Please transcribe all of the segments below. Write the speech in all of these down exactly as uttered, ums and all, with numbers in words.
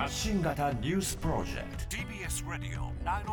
発信型ニュースプロジェクト ティービーエス ラディオきゅうまる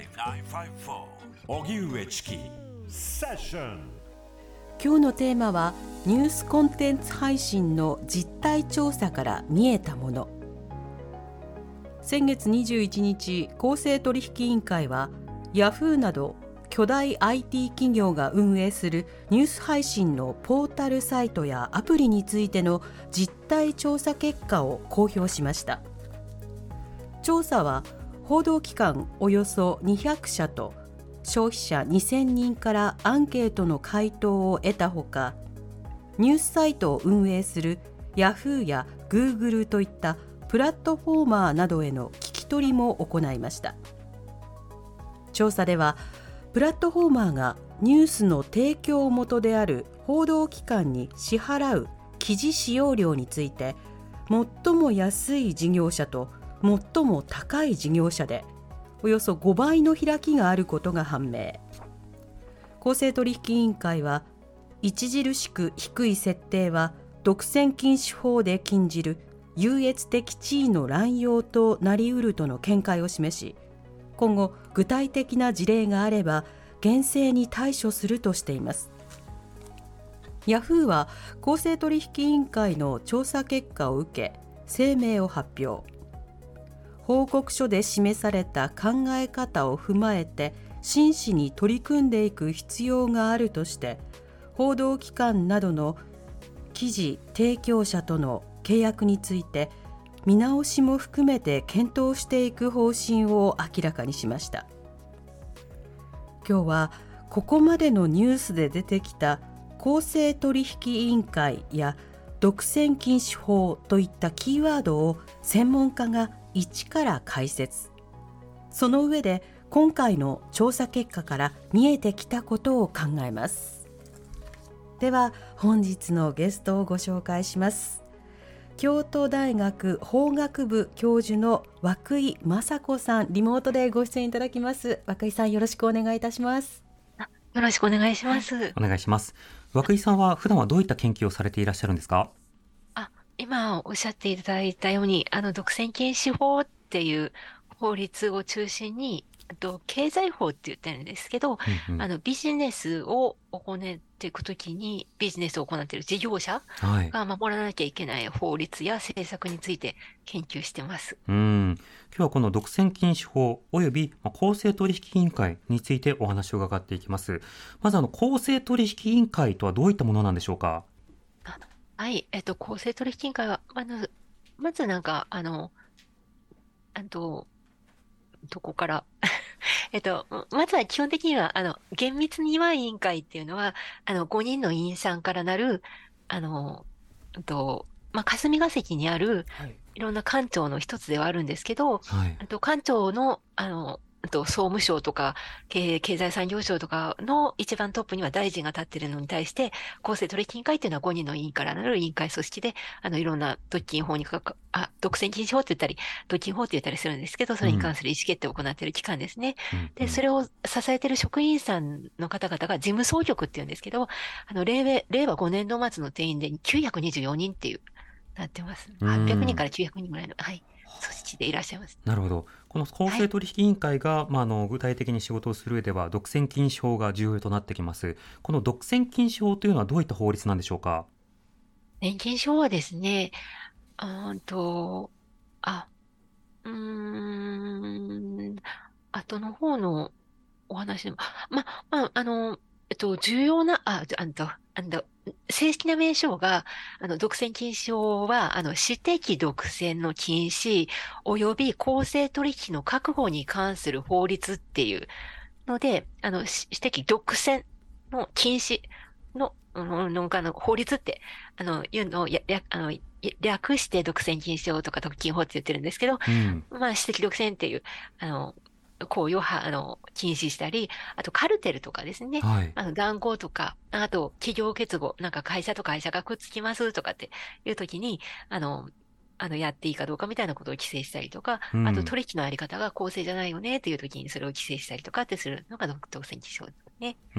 ご きゅうごよん荻上チキセッション。 今日のテーマはニュースコンテンツ配信の実態調査から見えたもの。先月にじゅういちにち、公正取引委員会はヤフーなど巨大 アイティー 企業が運営するニュース配信のポータルサイトやアプリについての実態調査結果を公表しました。調査は報道機関およそにひゃくしゃと消費者にせんにんからアンケートの回答を得たほか、ニュースサイトを運営するヤフーやグーグルといったプラットフォーマーなどへの聞き取りも行いました。調査ではプラットフォーマーがニュースの提供元である報道機関に支払う記事使用料について、最も安い事業者と最も高い事業者でおよそごばいの開きがあることが判明。公正取引委員会は、著しく低い設定は独占禁止法で禁じる優越的地位の乱用となり得るとの見解を示し、今後具体的な事例があれば厳正に対処するとしています。ヤフーは公正取引委員会の調査結果を受け声明を発表。報告書で示された考え方を踏まえて真摯に取り組んでいく必要があるとして、報道機関などの記事提供者との契約について見直しも含めて検討していく方針を明らかにしました。今日はここまでのニュースで出てきた公正取引委員会や独占禁止法といったキーワードを専門家が一から解説。その上で今回の調査結果から見えてきたことを考えます。では本日のゲストをご紹介します。京都大学法学部教授の涌井雅子さん、リモートでご出演いただきます。涌井さん、よろしくお願いいたします。 よろしくお願いします。はい、 お願いします。涌井さんは普段はどういった研究をされていらっしゃるんですか？ あ、今おっしゃっていただいたように、あの独占禁止法っていう法律を中心に、あと経済法って言ってるんですけど、うんうん、あのビジネスを行っていくときにビジネスを行っている事業者が守らなきゃいけない法律や政策について研究してます。 うん、今日はこの独占禁止法および公正取引委員会についてお話を伺っていきます。まずあの公正取引委員会とはどういったものなんでしょうか？ はい、えっと、公正取引委員会は、まず、まずなんか、あの、あと、どこからえっと、まずは基本的には、あの、厳密には委員会っていうのは、あの、ごにんの委員さんからなる、あの、と、まあ、霞が関にある、いろんな官庁の一つではあるんですけど、はい、あと官庁の、あの、と総務省とか経、経済産業省とかの一番トップには大臣が立っているのに対して、公正取引委員会っていうのはごにんの委員からなる委員会組織で、あの、いろんな独禁法にかか、あ、独占禁止法って言ったり、独禁法って言ったりするんですけど、それに関する意思決定を行っている機関ですね。うん、で、それを支えている職員さんの方々が事務総局っていうんですけど、あの、令和、令和ごねん度末の定員できゅうひゃくにじゅうよにんっていう、なってます。はっぴゃくにんからきゅうひゃくにんぐらいの、はい、組織でいらっしゃいます。 なるほど。この公正取引委員会が、はい、まあ、あの具体的に仕事をする上では独占禁止法が重要となってきます。この独占禁止法というのはどういった法律なんでしょうか？ 年金法はですね、うんと、あ、うーん、後の方のお話でも、ま、まあ、あの、えっと、重要な、あ、あんと、あの、正式な名称が、あの、独占禁止法は、あの、私的独占の禁止、及び公正取引の確保に関する法律っていうので、あの、私的独占の禁止の、うん、なんかあの、法律って、あの、いうのを、や、や、あの、略して独占禁止法とか独禁法って言ってるんですけど、うん、まあ、私的独占っていう、あの、行為をは、あの、禁止したり、あとカルテルとかですね。はい、あの、談合とか、あと企業結合、なんか会社と会社がくっつきますとかっていうときに、あの、あの、やっていいかどうかみたいなことを規制したりとか、うん、あと取引のあり方が公正じゃないよねっていうときにそれを規制したりとかってするのが独占禁止法ですね。 うん。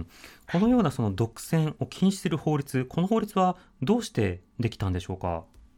このようなその独占を禁止する法律、この法律はどうしてできたんでしょうか？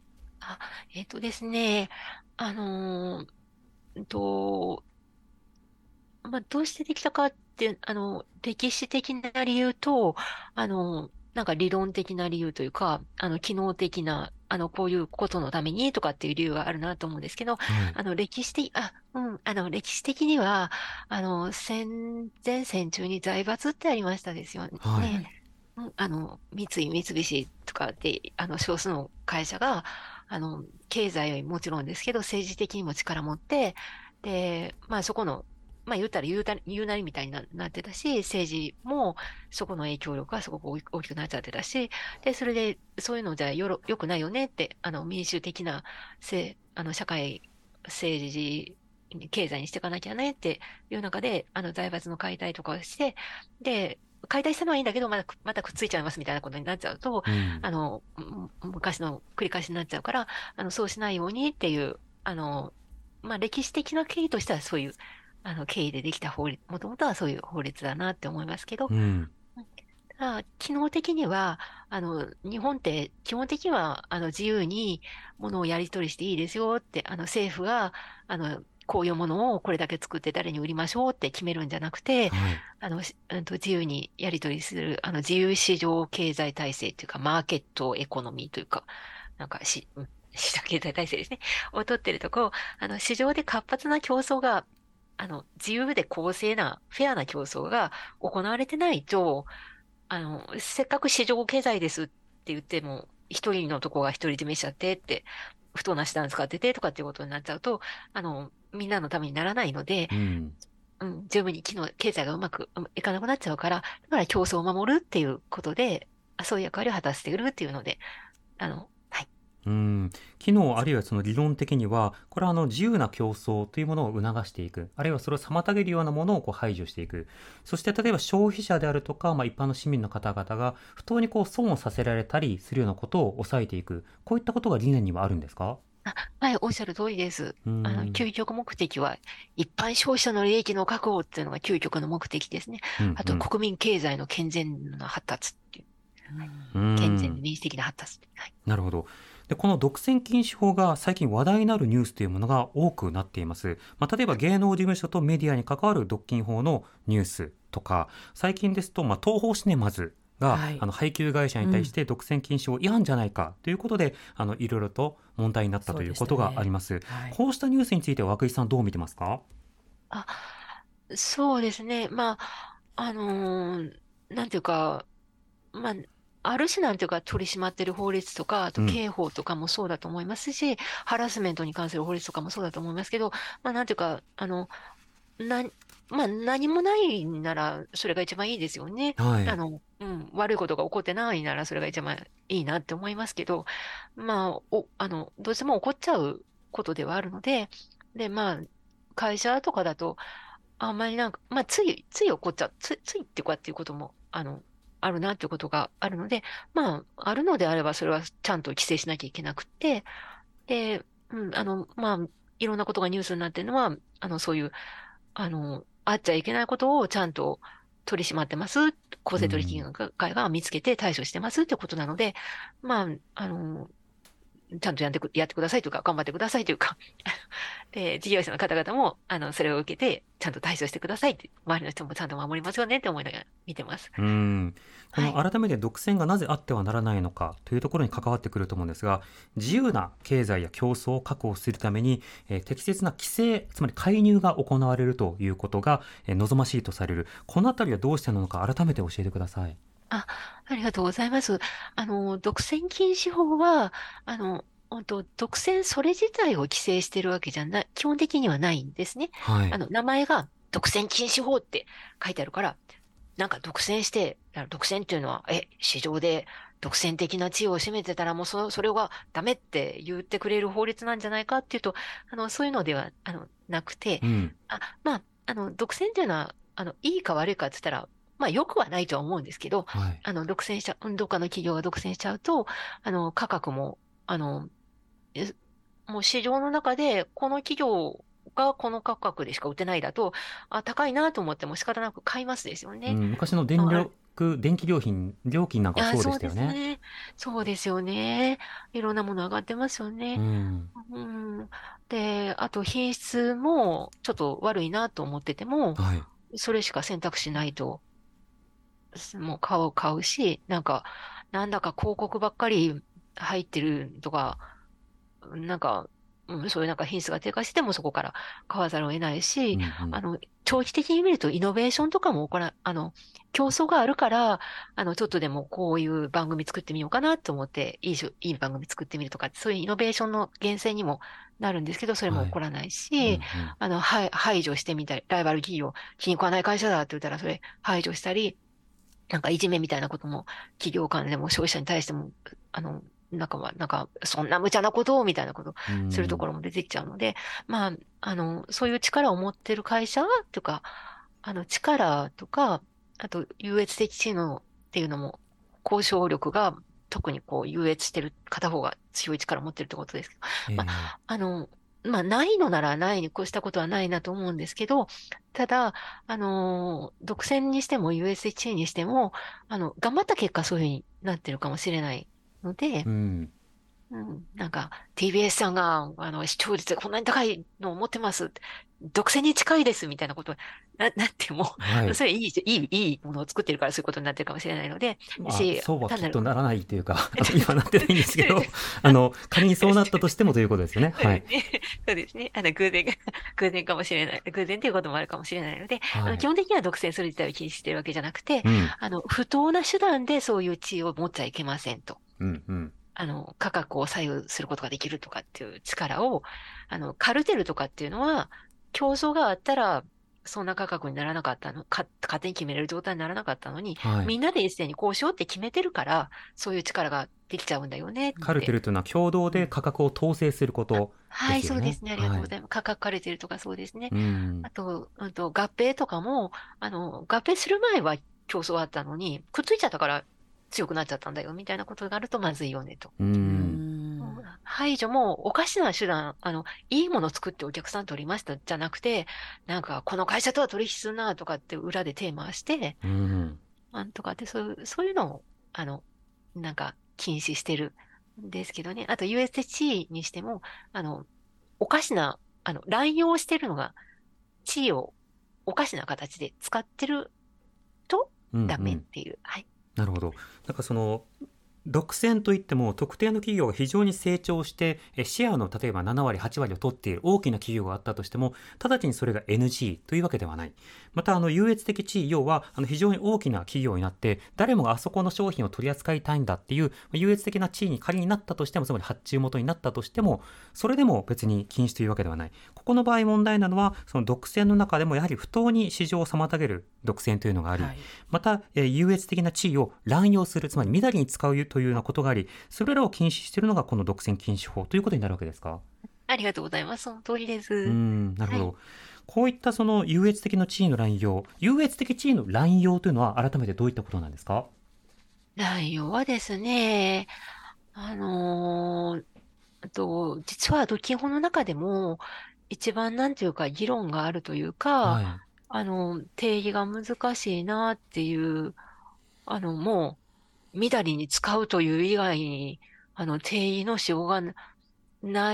あ、えっとですね、あのーうんと、まあ、どうしてできたかって、あの、歴史的な理由と、あの、なんか理論的な理由というか、あの、機能的な、あの、こういうことのためにとかっていう理由があるなと思うんですけど、 はい。 あの、歴史的、あ、うん、あの、歴史的には、あの、戦前戦中に財閥ってありましたですよはい。 ね。うんあの、三井、三菱とかで、あの、少数の会社が、あの、経済はもちろんですけど、政治的にも力持って、で、まあそこの、まあ言うたら言うた、言うなりみたいにな、なってたし、政治もそこの影響力がすごく大き大きくなっちゃってたし、で、それで、そういうのじゃよろ、良くないよねって、あの、民主的な、せ、あの、社会、政治、経済にしていかなきゃねっていう中で、あの、財閥の解体とかをして、で、解体したのはいいんだけど、まだく、またくっついちゃいますみたいなことになっちゃうと、 うん。 あの、む昔の繰り返しになっちゃうから、あの、そうしないようにっていう、あの、まあ、歴史的な経緯としてはそういう、あの、経緯でできた法律、もともとはそういう法律だなって思いますけど、 うん。 ただ機能的には、あの、日本って基本的には、あの、自由にものをやり取りしていいですよって、あの、政府が、あの、こういうものをこれだけ作って誰に売りましょうって決めるんじゃなくて、 はい。 あの、しうんと、自由にやり取りする、あの、自由市場経済体制というか、マーケットエコノミーというか、なんかし、うん市場経済体制ですね。を取ってるとこ、あの、市場で活発な競争が、あの、自由で公正な、フェアな競争が行われてないと、あの、せっかく市場経済ですって言っても、一人のとこが独り占めしちゃってって、不当な手段使っててとかっていうことになっちゃうと、あの、みんなのためにならないので、 うん。 うん、十分に機能、経済がうまくうんいかなくなっちゃうから、だから競争を守るっていうことで、あそういう役割を果たしているっていうので、あの、はい。 うん、機能あるいはその理論的には、これはあの自由な競争というものを促していく、あるいはそれを妨げるようなものをこう排除していく、そして例えば消費者であるとか、まあ、一般の市民の方々が不当にこう損をさせられたりするようなことを抑えていく、こういったことが理念にはあるんですか？ あ、はい、おっしゃる通りです。 うあの、 ん、 究極目的は、一般消費者の利益の確保っていうのが究極の目的ですね。 うん、 あと、 うん、 国民経済の健全な発達っていう。はいう健全でん。 民主的な発達。はい。 なるほど。で、この独占禁止法が最近話題になるニュースというものが多くなっています。まあ、例えば芸能事務所とメディアに関わる独禁法のニュースとか、最近ですと、まあ、東宝シネマズが、 はい。 あの、配給会社にうん。 対して独占禁止法違反じゃないかということで、あの、いろいろと問題になったそうでしということがありたね。 ます。 はい。 こうしたニュースについては、涌井さんどう見てますか？ あ、そうですね。まあ、あのーなんていうか、まあ、ある種なんていうか取り締まってる法律とか、あとうん。 刑法とかもそうだと思いますし、ハラスメントに関する法律とかもそうだと思いますけど、まあ、なんていうか、あの、な、まあ、何もないなら、それが一番いいですよね。 はい。 あの、うん、悪いことが起こってないなら、それが一番いいなって思いますけど、まあ、お、あの、どうしても起こっちゃうことではあるので、で、まあ、会社とかだと、あんまりなんか、まあ、つい、つい起こっちゃう、つ、ついっていうかっていうことも、あの、あるなっていうことがあるので、まあ、あるのであれば、それはちゃんと規制しなきゃいけなくって、で、うん、あの、まあ、いろんなことがニュースになってるのは、あの、そういう、あの、あっちゃいけないことをちゃんと取り締まってます。公う正取引委ん。 員会が見つけて対処してますってことなので、まあ、あの、ちゃんとやってく、やってくださいというか、頑張ってくださいというか、で、事業者の方々も、あの、それを受けて、ちゃんと対処してくださいって、周りの人もちゃんと守りますよねって思いながら見てます。 うん。このはい。 改めて独占がなぜあってはならないのかというところに関わってくると思うんですが、自由な経済や競争を確保するために、えー適切な規制、つまり介入が行われるということが、えー望ましいとされる。このあたりはどうしてなのか改めて教えてください。 あ、ありがとうございます。あの、独占禁止法は、あの、本当独占それ自体を規制してるわけじゃない、基本的にはないんですね。 はい。 あの、名前が独占禁止法って書いてあるから、なんか独占して、あの独占っていうのは、え、市場で独占的な地位を占めてたらもうそ、それがダメって言ってくれる法律なんじゃないかっていうと、あの、そういうのでは、あの、なくて、 うん。 あ、まあ、あの、独占っていうのは、あの、いいか悪いかって言ったら、まあ、良くはないとは思うんですけど、 はい。 あの、独占しちゃう、うんどっかの企業が独占しちゃうと、あの、価格も、あの、えもう市場の中で、この企業がこの価格でしか売ってないだと、あ、高いなと思っても仕方なく買いますですよね。 うん、昔の電あ、あれ、 力ク、電気料品、料金なんかいや、 そうでそうしたよね。 ですね。そうですよね。いろんなもの上がってますようね。 ん。 うん。で、あと品質もちょっと悪いなと思ってても、 はい。 それしか選択肢ないと、すもう買う、買うし、なんか、なんだか広告ばっかり入ってるとか、なんか、うん、そういうなんか品質が低下してもそこから買わざるを得ないし、 うんうん。 あの、長期的に見るとイノベーションとかも行う、あの、競争があるから、あの、ちょっとでもこういう番組作ってみようかなと思って、いいしょ、いい番組作ってみるとか、そういうイノベーションの源泉にもなるんですけど、それもはい。 起こらないうんうし、 ん。 あの、はい、排除してみたり、ライバル企業、気に食わない会社だって言ったら、それ排除したり、なんかいじめみたいなことも企業間でも消費者に対しても、あの、なんかは、なんか、そんな無茶なことをみたいなことをうするとん。 ころも出てきちゃうので、まあ、あの、そういう力を持ってる会社とか、あの、力とか、あと、優越的知能っていうのも、交渉力が特にこう、優越してる、片方が強い力を持ってるってことですけど、まええあ、あの、まあ、ないのならないに越したことはないなと思うんですけど、ただ、あの、独占にしても ユーエスエイチ にしても、あの、頑張った結果そういうふうになってるかもしれないので、 うん。 うん、なんか、ティービーエス さんが、あの、視聴率がこんなに高いのを持ってます。独占に近いです、みたいなことな、なっても、 はい。 それいい、いい、いいものを作ってるからそういうことになってるかもしれないので、 まあ、 し、 そうは単なる、 きっとならないというか、あの、今なってないんですけど、 そうですあの、仮にそうなったとしてもということですよね。はい。 そうですね。そうですね。あの、偶然が、偶然かもしれない。偶然ということもあるかもしれないので、あの、基はい。 本的には独占する自体を禁止しているわけじゃなくて、 うん。 あの、不当な手段でそういう地位を持っちゃいけませんと。 うんうん。 あの、価格を左右することができるとかっていう力を、あの、カルテルとかっていうのは、競争があったら、そんな価格にならなかったの、か、勝手に決めれる状態にならなかったのに、 はい。 みんなで一斉にこうしようって決めてるから、そういう力ができちゃうんだよねっカルテて。 ルというのは共同うん。 で価格を統制するこあ、 とではい、 すよね。 そうですね。ありがとうはい。 ございます。価格カルテルとかそうですね。 うん。 あと、うんと、合併とかも、あの、合併する前は競争あったのに、くっついちゃったから強くなっちゃったんだよ、みたいなことがあるとまずいよねと。 ううーん。 うんん。 排除もおかしな手段、あの、いいもの作ってお客さん取りましたじゃなくて、なんか、この会社とは取引するなとかって裏でテーマして、 うん。 なんとかって、そういう、そういうのを、あの、なんか、禁止してるんですけどね。あと ユーエスエイチ にしても、あの、おかしな、あの、乱用してるのが、地位をおかしな形で使ってるとうんうダメっん。 ていう。はい。 なるほど。なんかその、独占といっても特定の企業が非常に成長してえシェアの例えばなな割はち割を取っている大きな企業があったとしても直ちにそれが エヌジー というわけではない。またあの優越的地位、要はあの非常に大きな企業になって誰もがあそこの商品を取り扱いたいんだっていう優越的な地位に仮になったとしても、つまり発注元になったとしてもそれでも別に禁止というわけではない。ここの場合問題なのはその独占の中でもやはり不当に市場を妨げる独占というのがあり、 はい。 また、えー優越的な地位を乱用する、つまりみだりに使うというようなことがあり、それらを禁止しているのがこの独占禁止法ということになるわけですか。 ありがとうございます。その通りでうーす。 ん、なるほはい。 ど。こういったその優越的な地位の乱用、優越的地位の乱用というのは改めてどういったことなんですか。 内容はですね、あのーあと、実は土器法の中でも、一番なんていうか議論があるというか、 はい。 あの、定義が難しいなっていう、あの、もう、みだりに使うという以外に、あの、定義のしようがない、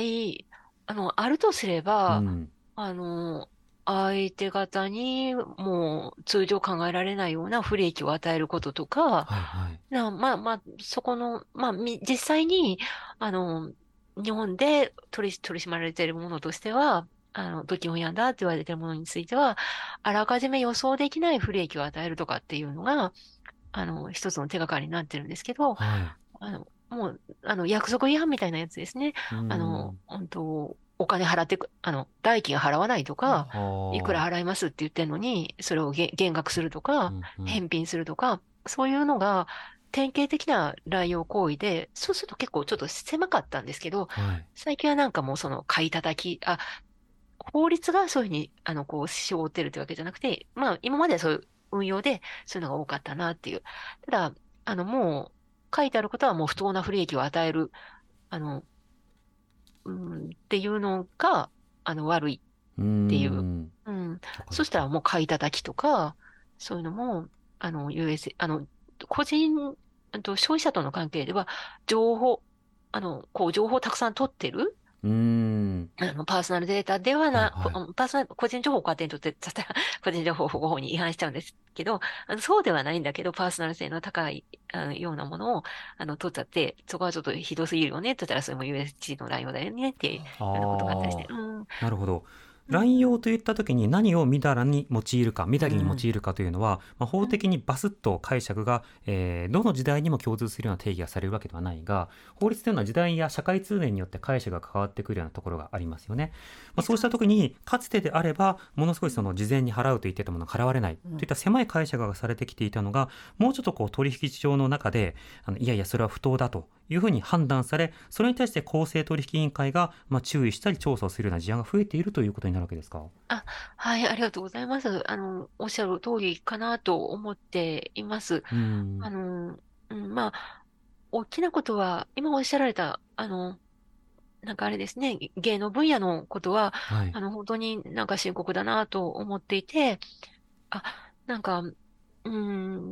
あの、あるとすれば、 うん。 あの、相手方にもう通常考えられないような不利益を与えることとか、 はいはい。 な、まあまあ、そこの、まあ、み実際に、あの、日本で取り、取り締まられているものとしては、あの、土器本やんだって言われているものについては、あらかじめ予想できない不利益を与えるとかっていうのが、あの、一つの手がかりになってるんですけど、 はい。 あの、もう、あの、約束違反みたいなやつですね。 うーあの、 ん。 本当お金払ってく、あの、代金払わないとか、いくらはあ。 払いますって言ってんのに、それを減減額するとか、 うんうん。 返品するとか、そういうのが典型的な乱用行為で、そうすると結構ちょっと狭かったんですけど、 はい。 最近はなんかもうその買い叩き、あ、法律がそういうふうに、あの、こう、支障を負ってるというわけじゃなくて、まあ、今まではそういう運用で、そういうのが多かったなっていう。ただ、あの、もう、書いてあることはもう不当な不利益を与える、あの、うん、っていうのが、あの、悪いうーっていう。 ん。 うん。 そっかそっか。 そしたらもう買い叩きとか、そういうのも、 あの、ユーエス、あの、個人、うんと消費者との関係では、情報、あの、こう、情報をたくさん取ってる、 うーん。 あの、パーソナルデータではな、こはいはい。 パーソナル、個人情報を勝手に取ってたら、個人情報保護法に違反しちゃうんですけど、あの、そうではないんだけど、パーソナル性の高い、あの、ようなものを、あの、取っちゃって、そこはちょっとひどすぎるよねって言ったら、それも ユーエスジー の乱用だよねっていうようなことがあったりして、 ああ、 うん、 なるほど。 うん、 乱用といったときに何をみだらに用いるか、みだりに用うんいるかというのは、まあ、法的にバスッと解釈が、えーどの時代にも共通するような定義がされるわけではないが、法律というのは時代や社会通念によって解釈が変わってくるようなところがありますよね。まあ、そうしたときに、かつてであれば、ものすごいその事前に払うと言ってたものが払われないといった狭い解釈がされてきていたのが、もうちょっとこう取引上の中で、あのいやいや、それは不当だというふうに判断され、それに対して公正取引委員会が、まあ、注意したり調査をするような事案が増えているということになるわけですか。 あ、はい、ありがとうございます。あの、おっしゃる通りかなと思っています。 うーん。 あの、うん、まあ、大きなことは、今おっしゃられた、あの、なんかあれですね、芸能分野のことは、 はい。 あの、本当になんか深刻だなと思っていて、あ、なんか、うん、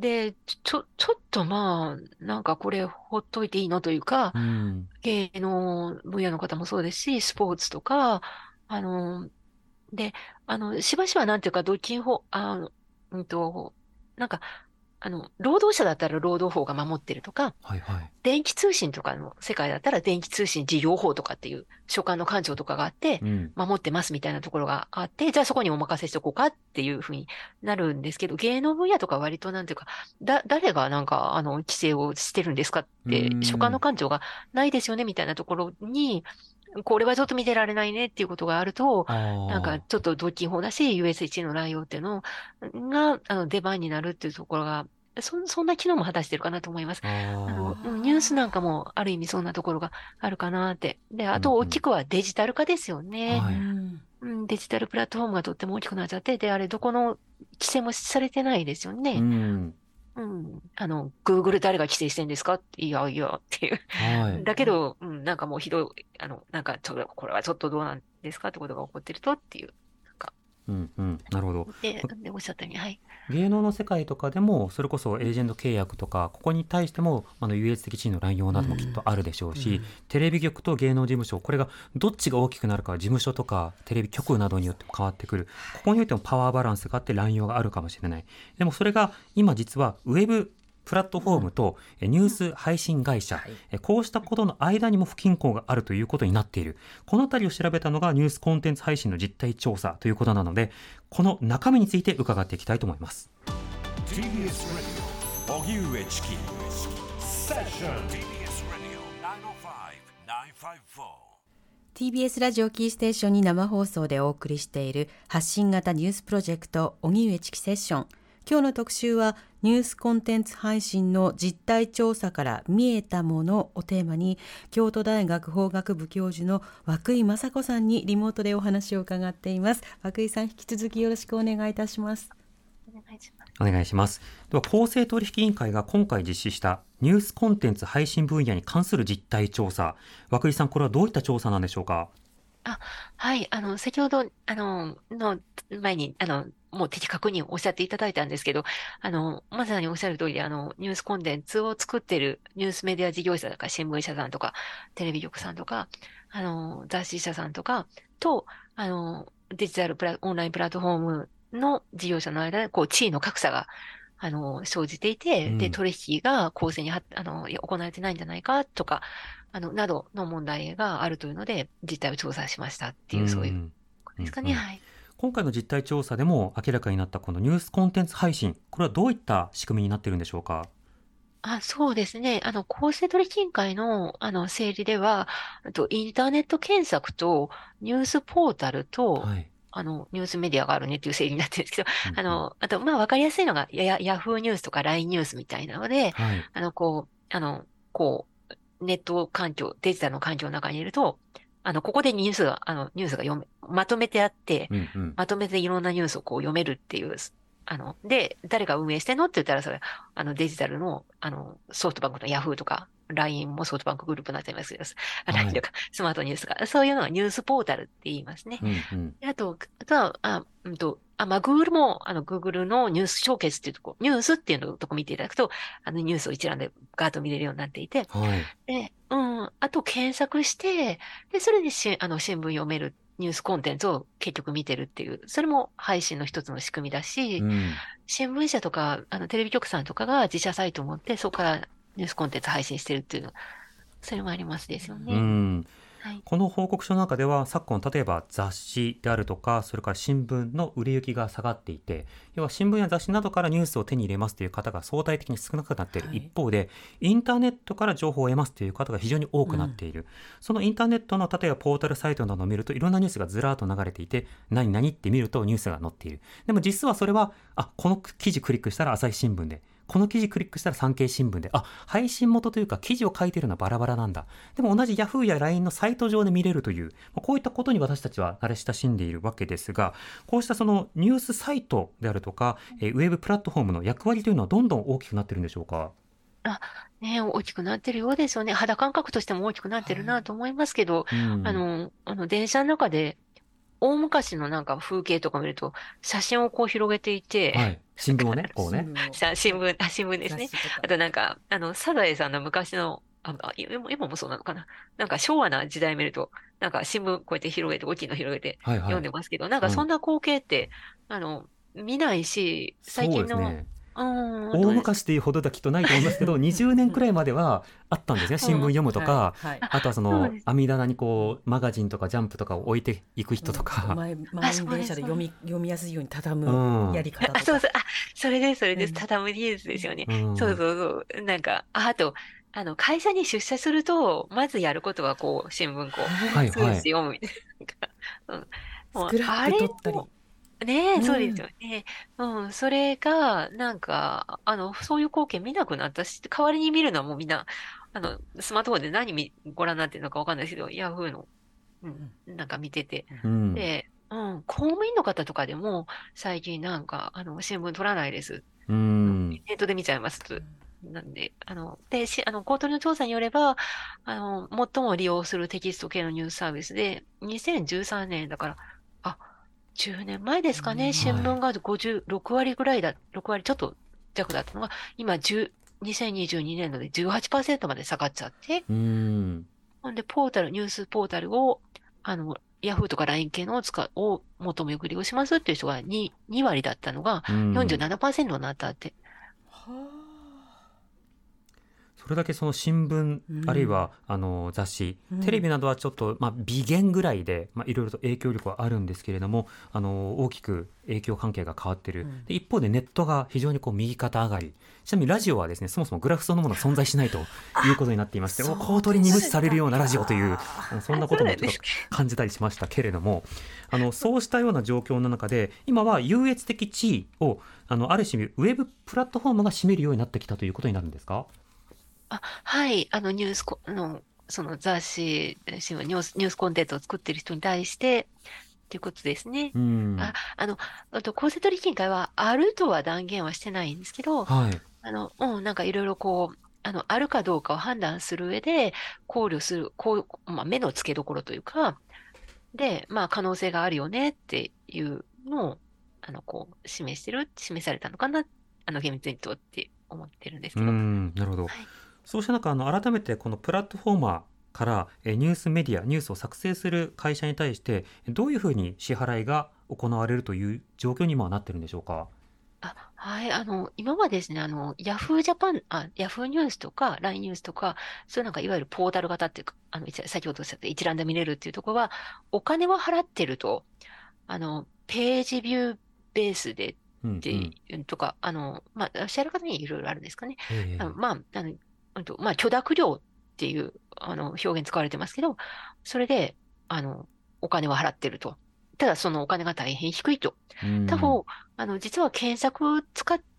で、ちょ、ちょっとまあ、なんかこれほっといていいのというか、 うーん。 芸能分野の方もそうですし、スポーツとか、あの、で、あの、しばしばなんていうか、独禁法、あの、うんと、なんか、あの、労働者だったら労働法が守ってるとか、 はいはい。 電気通信とかの世界だったら電気通信事業法とかっていう所管の官庁とかがあって、 うん。 守ってますみたいなところがあって、じゃあそこにお任せしとこうかっていうふうになるんですけど、芸能分野とか割となんていうか、だ、誰がなんか、あの、規制をしてるんですかっうーて、所管のん。 官庁がないですよねみたいなところに、これはちょっと見てられないねっていうことがあると、 あなんかちょっと独禁法だし、ユーエスエイチ の乱用っていうのが、あの、出番になるっていうところが、そ、そんな機能も果たしてるかなと思います。 あ。 あの、 ああ。 うんニュースなんかもある意味そんなところがあるかなって。で、あと大きうんうん。 くはデジタル化ですよね。 はい。 うん。 うん、デジタルプラットフォームがとっても大きくなっちゃって、で、あれどこの規制もされてないですようーね。 ん。 うん。あの、Google 誰が規制してんですかって、いやいやっていう。 はい。 だけど、うん、なんかもうひどい、あの、なんかちょっと、これはちょっとどうなんですかってことが起こってるとっていう。なんか、 うんうん。なるほど。 で、で、おっしゃったように、はい。 芸能の世界とかでも、それこそエージェント契約とか、ここに対しても、あの、優越的地位の乱用などもきっとあるでしょうし、テレビ局と芸能事務所、これがどっちが大きくなるかは事務所とかテレビ局などによっても変わってくる。ここにおいてもパワーバランスがあって乱用があるかもしれない。でもそれが今実はウェブプラットフォームとえニュース配信会社、 はいえこうしたことの間にも不均衡があるということになっている。このあたりを調べたのがニュースコンテンツ配信の実態調査ということなので、この中身について伺っていきたいと思います。 ティービーエス Radio 荻上チキセッション ティービーエス Radio きゅうまるご きゅうごよん。 ティービーエス ラジオキーステーションに生放送でお送りしている発信型ニュースプロジェクト荻上チキセッション。今日の特集はニュースコンテンツ配信の実態調査から見えたものをテーマに、京都大学法学部教授の涌井雅子さんにリモートでお話を伺っています。涌井さん、引き続きよろしくお願いいたします。 お願いします。 お願いします。では、公正取引委員会が今回実施したニュースコンテンツ配信分野に関する実態調査。涌井さん、これはどういった調査なんでしょうか？ あ、はい。あの、先ほど、あの、の前に、あの、もう的確におっしゃっていただいたんですけど、あの、まさにおっしゃる通り、あの、ニュースコンテンツを作ってるニュースメディア事業者とか、新聞社さんとか、テレビ局さんとか、あの、雑誌社さんとかと、あの、デジタルプラ、オンラインプラットフォームの事業者の間で、こう、地位の格差が、あの、生じていて、で、 うん。 取引が公正には、あの、行われてないんじゃないかとか、あの、などの問題があるというので、実態を調査しましたってういう、そういうん。 ことですかね。 うんうん。 はい。 今回の実態調査でも明らかになったこのニュースコンテンツ配信、これはどういった仕組みになっているんでしょうか？ あ、そうですね。あの、公正取引委員会の、あの、整理では、あと、インターネット検索と、ニュースポータルと、 はい。 あの、ニュースメディアがあるねっていう整理になってるんですけど、 うんうん。 あの、あと、まあ、わかりやすいのが、や、やヤフーニュースとか ライン ニュースみたいなので、 はい。 あの、こう、あの、こう、ネット環境、デジタルの環境の中にいると、あの、ここでニュースが、あの、ニュースが読め、まとめてあって、 うんうん。 まとめていろんなニュースをこう読めるっていう、あの、で、誰が運営してんのって言ったら、それ、あの、デジタルの、あの、ソフトバンクのヤフーとか、ライン もソフトバンクグループになっちゃいますけど、ラインはい。 とか、スマートニュースとか、そういうのがニュースポータルって言いますね。 うんうん。 であと、あとは、あ、ううんと、あ、まあ、Google も、あの、Google のニュースショーケースっていうとこ、ニュースっていうのとこ見ていただくと、あの、ニュースを一覧でガーッと見れるようになっていて、 はい。 で、うん、あと検索して、で、それでし、あの、新聞読めるニュースコンテンツを結局見てるっていう、それも配信の一つの仕組みだし、 うん。 新聞社とか、あの、テレビ局さんとかが自社サイトを持って、そこからニュースコンテンツ配信してるっていうの、それもありますですようね。 ん。 はい。 この報告書の中では昨今例えば雑誌であるとかそれから新聞の売れ行きが下がっていて、要は新聞や雑誌などからニュースを手に入れますという方が相対的に少なくなっているはい一方で、インターネットから情報を得ますという方が非常に多くなっている、そのインターネットの例えばポータルサイトなどを見るといろんなニュースがずらーっと流れていて、何々って見るとニュースが載っている。でも実はそれは、あ、この記事クリックしたら朝日新聞で、この記事クリックしたら産経新聞で、あ、配信元というか記事を書いているのはバラバラなんだ。でも同じ Yahoo や ライン のサイト上で見れるという、こういったことに私たちは慣れ親しんでいるわけですが、こうしたそのニュースサイトであるとか、えーウェブプラットフォームの役割というのはどんどん大きくなっているんでしょうか。 あ、ね、大きくなってるようですよね。肌感覚としても大きくなってるなと思いますけど、 うん。 あの、あの、電車の中で、大昔のなんか風景とか見ると、写真をこう広げていて、 はい。新聞をね、こうね。 新聞を、 さ、新はい、 聞、あ、新聞ですね。 雑誌とか。 あとなんか、あの、サザエさんの昔の、あ、あ今も、今もそうなのかな。なんか昭和な時代見ると、なんか新聞こうやって広げて、大きいの広げて読んはいはい。 でますけど、なんかうん。 そんな光景って、あの、見ないし、最近の、 そうですね。 うーん、本大当です。 昔というほどだきっとないと思いますけど、にじゅうねんくらいまではあったんですね。 うん。 新聞読むとはい、 か、 はい。 あとはそのそうです。 網棚にこうんうマガジンとかジャンプとかを置いていく人とうん、 か、 前あ、 満員電そうです、そうです。 車で読み、読みやすいように畳うむやん、 り方あ、 とか。 そうそう。あ、それです、それです。 うん、 畳む技術ですよね。 うそうん、 そうそう。なんか、あ、あと、あの、会社に出社すると、まずやることは、こう、新聞、こう、 はい。 通はいはい。 知読むみたいな。うん。もう、 スクラップあれも、 取ったり。 ねえ、そうですうん。 よね。うん、それが、なんか、あの、そういう光景見なくなったし、代わりに見るのはもうみんな、あの、スマートフォンで何見、ご覧になってるのかわかんないですけど、ヤフーの、うん、なんか見てて。 うん。 うん、 で、うん、公務員の方とかでも、最近なんか、あの、新聞取らないです。 うあのん、 ネットで見ちゃいます。なんで、あの、で、し、あの、公取の調査によれば、あの、最も利用するテキスト系のニュースサービスで、にせんじゅうさんねんだから、あ、じゅうねんまえですかね、新はい。 聞がごじゅうろく割ぐらいだ、ろく割ちょっと弱だったのが、今じゅう、にせんにじゅうにねん度でじゅうはちパーセントまで下がっちゃって、 うん、 ほんで、ポータル、ニュースポータルを、あの、ヤフーとか ライン 系のを使う、を求め送りをしますっていう人がに、に割だったのがうん。 よんじゅうななパーセントになったって。 はあ。 それだけその新聞うん。 あるいはあの雑誌テレうん。 ビなどはちょっとまあ微減ぐらいでまあいろいろと影響力はあるんですけれども、あの大きく影響関係が変わっている。 うん。 で一方でネットが非常にこう右肩上がり。ちなみにラジオはですね、そもそもグラフそのものが存在しないというあ、 ことになっていまして、おそう公取に無視されるでしたようなラジオというあのか。 そんあ、 なこともちょっとそうなんですか。 感じたりしましたけれども、あのそうしたような状況の中で今は優越的地位をあのある種ウェブプラットフォームが占めるようになってきたということになるんですか。 あ、はい。あの、ニュースコ、あの、その雑誌、新聞ニュース、ニュースコンテンツを作っている人に対して、っていうことですね。 うあ、 ん。 あの、あと、公正取引委員会は、あるとは断言はしてないんですけど、 はい。 あの、うん、なんかいろいろこう、あの、あるかどうかを判断する上で、考慮する、こう、まあ、目の付けどころというか、で、まあ、可能性があるよねっていうのを、あの、こう、示してる、示されたのかな、あの、厳密にとって思ってるんですうーけど。 ん、なるほど。 はい。 そうした中、あの改めてこのプラットフォーマーからえニュースメディア、ニュースを作成する会社に対してどういうふうに支払いが行われるという状況に今はなってるんでしょうか。 あ、はい。あの、今はですね、あの、ヤフージャパン、あ、ヤフーニュースとか、ライン ニュースとか、そういうなんか、いわゆるポータル型っていうか、あの、一先ほどおっしゃった一覧で見れるっていうところは、お金は払ってると、あの、ページビューベースでっうんうん。 ていうとか、あの、まあ、おっしゃる方にいろいろあるんですかね。あのええ。 まあ、あの、うんと、まあ、許諾料っていう、あの、表現使われてますけど、それで、あの、お金は払ってると。ただ、そのお金が大変低いと。 うん。 他方、あの、実は検索を使って、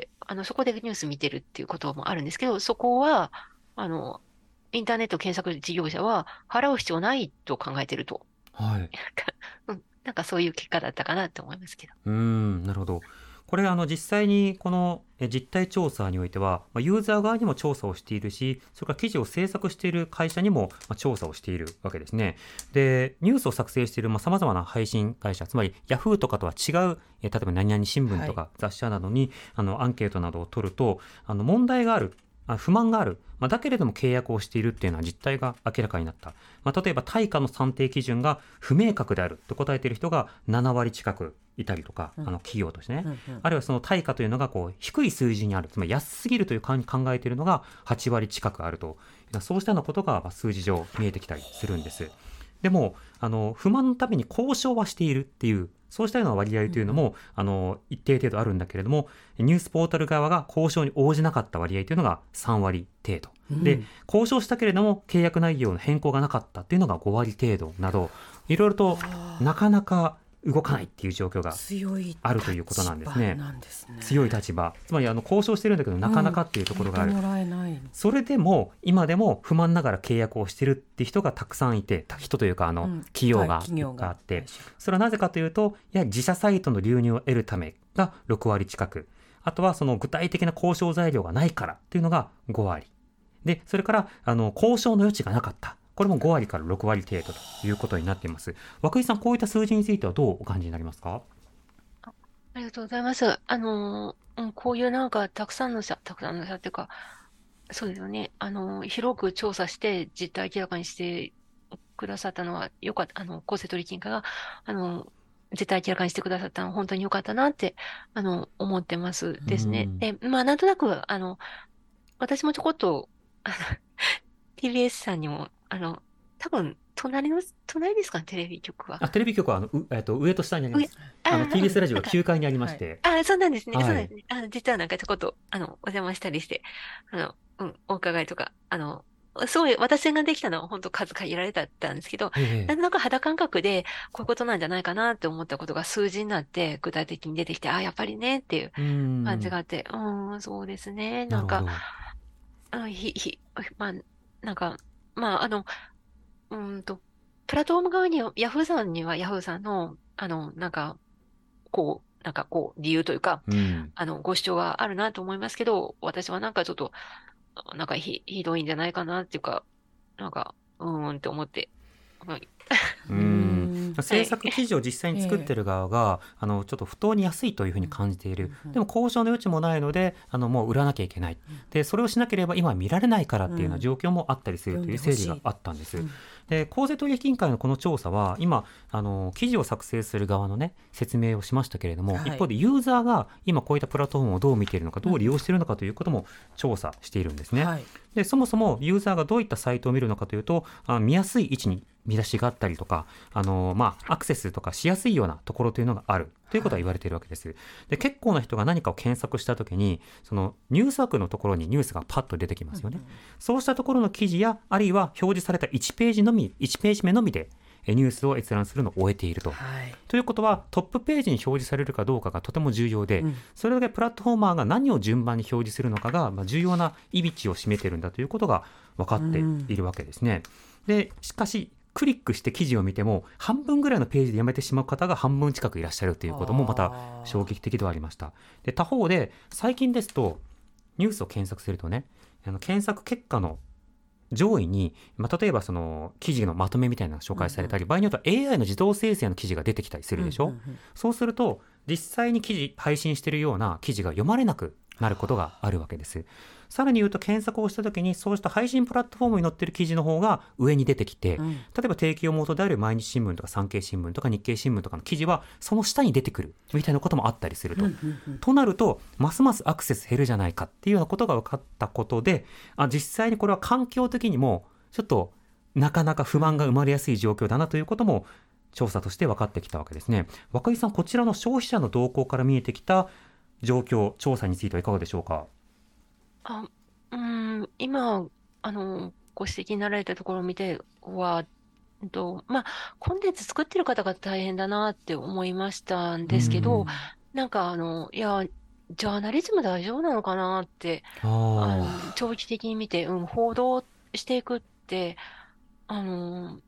あの、そこでニュース見てるっていうこともあるんですけど、そこは、あの、インターネット検索事業者は払う必要ないと考えてると。 はい。 うん、なんかそういう結果だったかなと思いますけど。 うーん、なるほど。 これあの実際にこのえ実態調査においては、まあユーザー側にも調査をしているし、それから記事を制作している会社にもまあ調査をしているわけですね。で、ニュースを作成しているさまざまな配信会社、つまりヤフーとかとは違う、え例えば何々新聞とか雑誌社などに、あのアンケートなどを取ると、あの問題がある、あ不満がある、まあ、だけれども契約をしているっていうのは実態が明らかになった。まあ、例えば対価の算定基準が不明確であると答えている人がななわり近くいたりとか、 うんあの企業としてね、 うんうんあるいはその対価というのがこう低い数字にある、つまり安すぎるというふうに考えているのがはちわり近くあると、そうしたようなことがまあ数字上見えてきたりするんです。でもあの不満のために交渉はしているっていう、そうしたような割合というのも、うん、あの一定程度あるんだけれども、ニュースポータル側が交渉に応じなかった割合というのがさんわり程度、うん、で交渉したけれども契約内容の変更がなかったっていうのがごわり程度など、いろいろとなかなか動かないっていう状況があるということなんですね。強い立場、つまりあの交渉してるんだけどなかなかっていうところがある、うん、それでも今でも不満ながら契約をしてるって人がたくさんいて、人というかあの、うん、企業が、はい、企業があって、それはなぜかというと、やはり自社サイトの流入を得るためがろくわり近く、あとはその具体的な交渉材料がないからっていうのがごわりで、それからあの交渉の余地がなかった、これもごわりからろくわり程度ということになっています。涌井さん、こういった数字についてはどうお感じになりますか？ あ、ありがとうございます。あの、うん、こういうなんかたくさんの社、たくさんの社っていうか、そうですよね。あの、広く調査して実態明らかにしてくださったのはよかった。あの、公正取引課が、あの、実態明らかにしてくださったのは本当に良かったなって、あの、思ってますですね。で、まあ、なんとなく、あの、私もちょこっと、あの、ティービーエス さんにも、あの、多分、隣の、隣ですかね、テレビ局は。 あ、テレビ局は、あの、うえっと、上と下にあります。あの、ティービーエス ラジオがきゅうかいにありまして。 あ、そうなんですね。はい、そうなんですね。あの、実はなんかちょこっと、あの、お邪魔したりして、あの、うん、お伺いとか、あの、すごい、私ができたのは本当数限られたんですけど、ええ、なんとなく肌感覚で、こういうことなんじゃないかなって思ったことが数字になって、具体的に出てきて、あ、やっぱりねっていう感じがあって、うん、うん、そうですね。なんか、あひ、ひ、まあ、なんか、まあ、あの、うんと、プラットフォーム側には、ヤフーさんにはヤフーさんの、あの、なんか、こう、なんかこう、理由というか、うん、あの、ご主張はあるなと思いますけど、私はなんかちょっと、なんかひ、ひどいんじゃないかなっていうか、なんか、うーんって思って。 うーん制作記事を実際に作ってる側が、はい、あのちょっと不当に安いというふうに感じている、うん、でも交渉の余地もないので、あのもう売らなきゃいけない、うん、でそれをしなければ今見られないからっていうような状況もあったりするという整理があったんです、うん、で公正取引委員会のこの調査は今あの記事を作成する側のね説明をしましたけれども、はい、一方でユーザーが今こういったプラットフォームをどう見ているのか、どう利用しているのかということも調査しているんですね、はい、でそもそもユーザーがどういったサイトを見るのかというと、あ見やすい位置に見出しがあったりとか、あのまあ、アクセスとかしやすいようなところというのがあるということは言われているわけです。で結構な人が何かを検索したときに、そのニュース枠のところにニュースがパッと出てきますよね、うんうん、そうしたところの記事や、あるいは表示されたいちページのみ、いちページ目のみでニュースを閲覧するのを終えていると、はい、ということはトップページに表示されるかどうかがとても重要で、うん、それだけプラットフォーマーが何を順番に表示するのかが、まあ、重要な意味を占めているんだということが分かっているわけですね、うん、でしかしクリックして記事を見ても半分ぐらいのページでやめてしまう方が半分近くいらっしゃるということもまた衝撃的ではありました。で他方で最近ですとニュースを検索するとね、あの検索結果の上位に、まあ、例えばその記事のまとめみたいなのが紹介されたり、うんうん、場合によっては エーアイ の自動生成の記事が出てきたりするでしょ、うんうんうん、そうすると実際に記事配信しているような記事が読まれなくなることがあるわけです。さらに言うと検索をしたときにそうした配信プラットフォームに載っている記事の方が上に出てきて、うん、例えば提供元である毎日新聞とか産経新聞とか日経新聞とかの記事はその下に出てくるみたいなこともあったりすると、うんうんうん、となるとますますアクセス減るじゃないかっていうようなことが分かったことで、あ実際にこれは環境的にもちょっとなかなか不満が生まれやすい状況だなということも調査として分かってきたわけですね。涌井さん、こちらの消費者の動向から見えてきた状況、調査についてはいかがでしょうか。 あうーん今あのご指摘になられたところを見ては、えっとまあ、コンテンツ作ってる方が大変だなって思いましたんですけど、なんかあのいやジャーナリズム大丈夫なのかなってあの長期的に見て、うん、報道していくってあの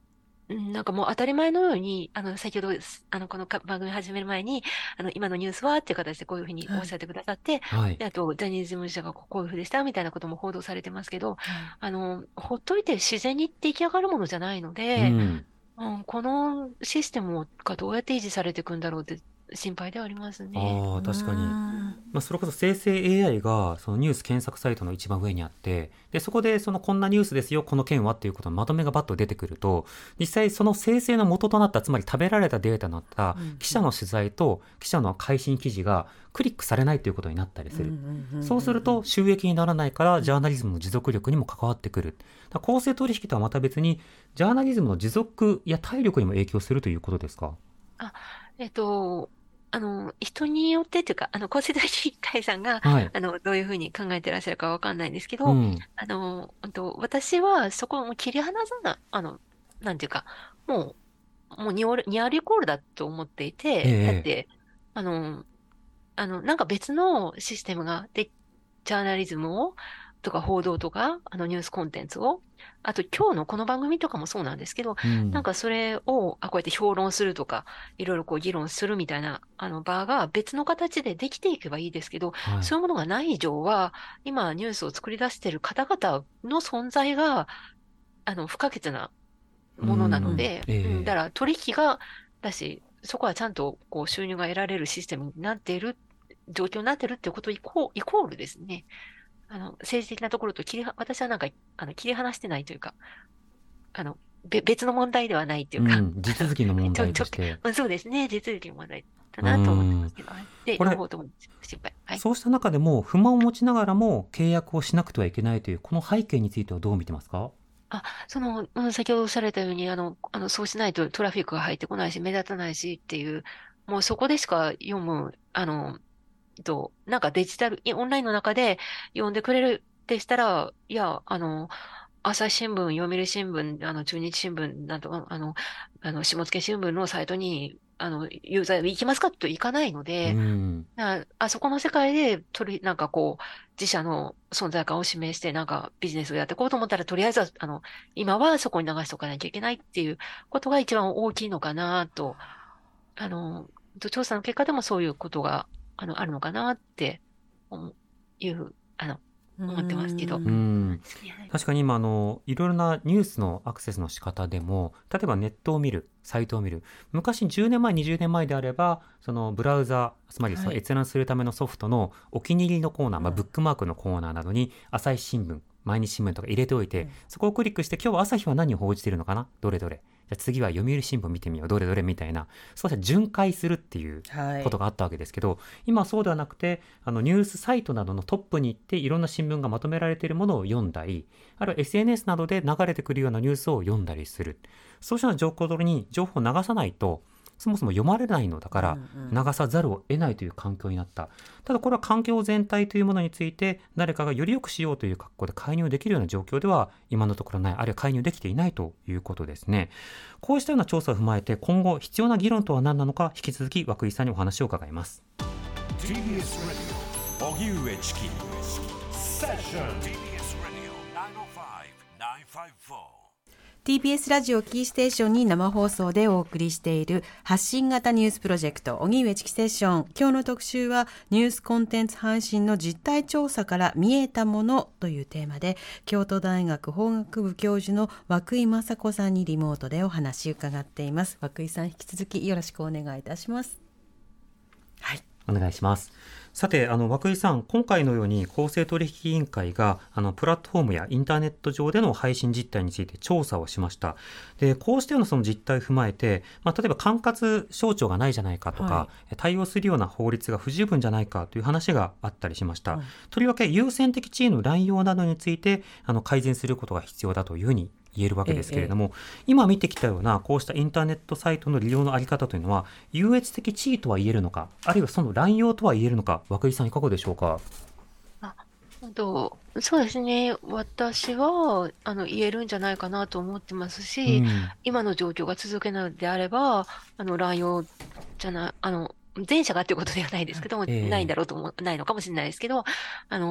うんなんかもう当たり前のように、あの、先ほど、すあの、このか番組始める前に、あの、今のニュースはっていう形でこういうふうにおはい。 っしゃってくださって、 はい。 で、あと、ジャニーズ事務所がここういうふうでしたみたいなことも報道されてますけど、 はい。 あの、ほっといて自然に出来上がるものじゃないので、 うん。 うん、このシステムがどうやって維持されていくんだろうって心配ではありますね。 ああ、 うー確かに。 ん。 まあ、それこそ生成 エーアイ がそのニュース検索サイトの一番上にあって、で、そこでそのこんなニュースですよ、この件はっていうことのまとめがバッと出てくると、実際その生成の元となった、つまり食べられたデータになったうんうん。 記者の取材と記者の配信記事がクリックされないということになったりうんうんする。 うんそうするうんと収益にならないからうん。 ジャーナリズムの持続力にも関わってくる。だから公正取引とはまた別にジャーナリズムの持続や体力にも影響するということですか？ あ、えっと、あの、人によってというか、あの、公正取引委員会さんが、 はい。 あの、どういうふうに考えてらっしゃるかわかんないんですけど、 うん。 あの、うんと、私はそこをもう切り離さない、あの、なんていうか、もう、もうニオル、ニアルイコールだと思っていて、だっええて、あの、あの、なんか別のシステムが、で、ジャーナリズムを、とか報道とか、あのニュースコンテンツを、あと今日のこの番組とかもそうなんですけど、 ええ。うん。 なんかそれを、あ、こうやって評論するとか、いろいろこう議論するみたいな、あの場が別の形でできていけばいいですけど、 はい。 そういうものがない以上は、今ニュースを作り出している方々の存在が、あの、不可欠なうものなのん。 で、うん、だええ。 から取引が、だし、そこはちゃんとこう収入が得られるシステムになっている、状況になっているっていうことイコー、イコールですね。あの、政治的なところと切りは、私はなんか、あの、切り離してないというか、あの、べ、別の問題ではないというか、 うん。地あの、 続きの問ちょ、ちょ、 題として。 うんそうですね、実利の問題だうなと思ってまん。 すけど、はい。で、 これ、 両方とも心配。はい。 そうした中でも不満を持ちながらも契約をしなくてはいけないという、この背景についてはどう見てますか？ あ、その、うん先ほどおっしゃられたように、あの、あの、そうしないとトラフィックが入ってこないし、目立たないしっていう、もうそこでしか読む、あの、と、なんかデジタル、いオンラインの中で読んでくれるってしたら、いや、あの、朝日新聞、読売新聞、あの、中日新聞など、あの、あの、下野新聞のサイトに、あの、ユーザー行きますかと行かないのうで、 ん。 なあそこの世界で、取り、なんかこう、自社の存在感を示して、なんかビジネスをやっていこうと思ったら、とりあえずは、あの、今はそこに流しておかなきゃいけないっていうことが一番大きいのかなと、あの、調査の結果でもそういうことが、あの、あるのかなって思う、いう、あの、 うー思ってますけど。 うん。 ん。確かに今あのいろいろなニュースのアクセスの仕方でも、例えばネットを見る、サイトを見る、昔じゅうねんまえにじゅうねんまえであればそのブラウザ、つまりそはい。 の閲覧するためのソフトのお気に入りのコーナー、まあ、ブッうん。 クマークのコーナーなどに朝日新聞、毎日新聞とか入れておいて、 うん。 そこをクリックして今日は朝日は何を報じているのかな、どれどれ、じゃあ次は読売新聞見てみよう、どれどれみたいな、そうした巡回するっていうはい。 ことがあったわけですけど、今はそうではなくて、あのニュースサイトなどのトップに行っていろんな新聞がまとめられているものを読んだり、あるいは エスエヌエス などで流れてくるようなニュースを読んだりする。そうしたような状況に情報を流さないと、そもそも読まれないのだかうんうらん。 流さざるを得ないという環境になった。ただこれは環境全体というものについて誰かがより良くしようという格好で介入できるような状況では今のところない、あるいは介入できていないということですね。こうしたような調査を踏まえて今後必要な議論とは何なのか、引き続き涌井さんにお話を伺います。 ティービーエス Radio 荻上チキセッション ティービーエス Radio きゅうまるご きゅうごよんティービーエス ラジオキーステーションに生放送でお送りしている発信型ニュースプロジェクト荻上チキセッション。今日の特集はニュースコンテンツ配信の実態調査から見えたものというテーマで、京都大学法学部教授の涌井雅子さんにリモートでお話伺っています。涌井さん、引き続きよろしくお願いいたします。はい。 お願いします。さて、あの涌井さん、今回のように公正取引委員会があのプラットフォームやインターネット上での配信実態について調査をしました。で、こうしたようなその実態を踏まえて、まあ、例えば管轄省庁がないじゃないかとか、 は対応するような法律が不十分じゃないかという話があったりしました。 うんとりわけ優先的地位の乱用などについてあの改善することが必要だというふうに言えるわけですけれども、今見てきたようなこうしたインターネットサイトの利用のあり方というのは優越的地位とは言えるのか、あるいはその乱用とは言えるのか、涌井さんいかがでしょうか？ あ、本当、そうですね。私は、あの、言えるんじゃないかなと思ってますし、 うん。 今の状況が続けないのであれば、あの、乱用じゃない、あの、前者がっていうことではないですけども、ないんええだろうと思う、ないのかもしれないですけど、あの、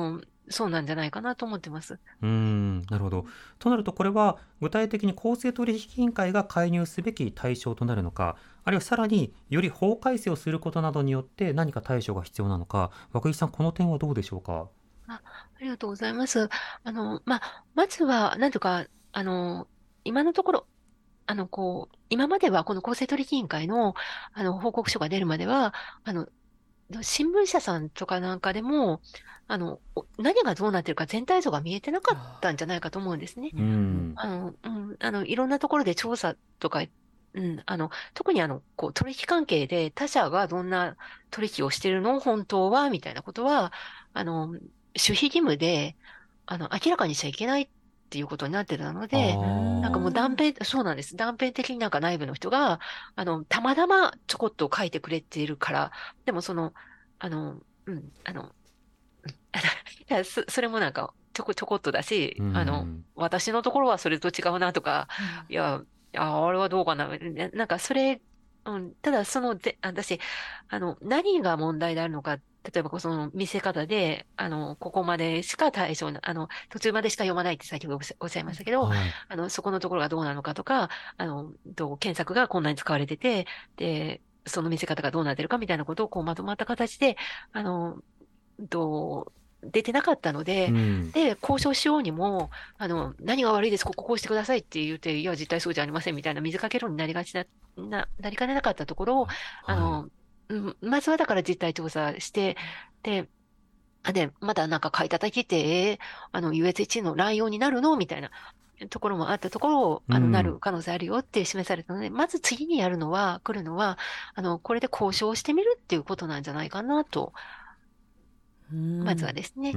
そうなんじゃないかなと思ってます。 うーん、なるほど。となると、これは具体的に公正取引委員会が介入すべき対象となるのか、あるいはさらにより法改正をすることなどによって何か対処が必要なのか、涌井さん、この点はどうでしょうか。 あ、ありがとうございます。あの、まあ、まずは、なんとか、あの、今のところ、あの、こう、今まではこの公正取引委員会の、あの、報告書が出るまでは、あの、新聞社さんとかなんかでも、あの、お何がどうなってるか全体像が見えてなかったんじゃないかと思うんですね。 うーん。 あの、うん、あの、いろんなところで調査とか、うん、あの、特にあの、こう、取引関係で他社がどんな取引をしてるの本当はみたいなことは、あの、守秘義務で、あの、明らかにしちゃいけないっていうことになってたのあで、なんかもう断ー。 片、そうなんです。断片的になんか内部の人が、あの、たまたまちょこっと書いてくれているから、でもその、あの、うん、あの、いや、そ、それもなんか、ちょこちょこっとだし、 うーあの、 ん。 私のところはそれと違うなとか、いや、あ、あれはどうかな、ねなんかそれ、うん、ただその、で、私、あの、何が問題であるのか、例えばこうその見せ方で、あの、ここまでしか対象な、あの、途中までしか読まないって先ほどおっしゃおっしゃいましたけど、 はい。 あの、そこのところがどうなのかとか、あの、と、検索がこんなに使われてて、で、その見せ方がどうなってるかみたいなことをこうまとまった形で、あの、と、出てなかったので、 うん。 で、交渉しようにも、あの、何が悪いです、こここうしてくださいって言って、いや、実態そうじゃありませんみたいな水かけ論になりがちな、な、なりかねなかったところを、あはい。 の、うん、まずはだから実態調査して、で、あ、で、まだなんか買い叩きって、えーあの、ユーエスワン の乱用になるのみたいなところもあったところを、あの、なうん。 る可能性あるよって示されたので、まず次にやるのは、来るのは、あの、これで交渉してみるっていうことなんじゃないかなと、 うまずはん。 ですね。 うん、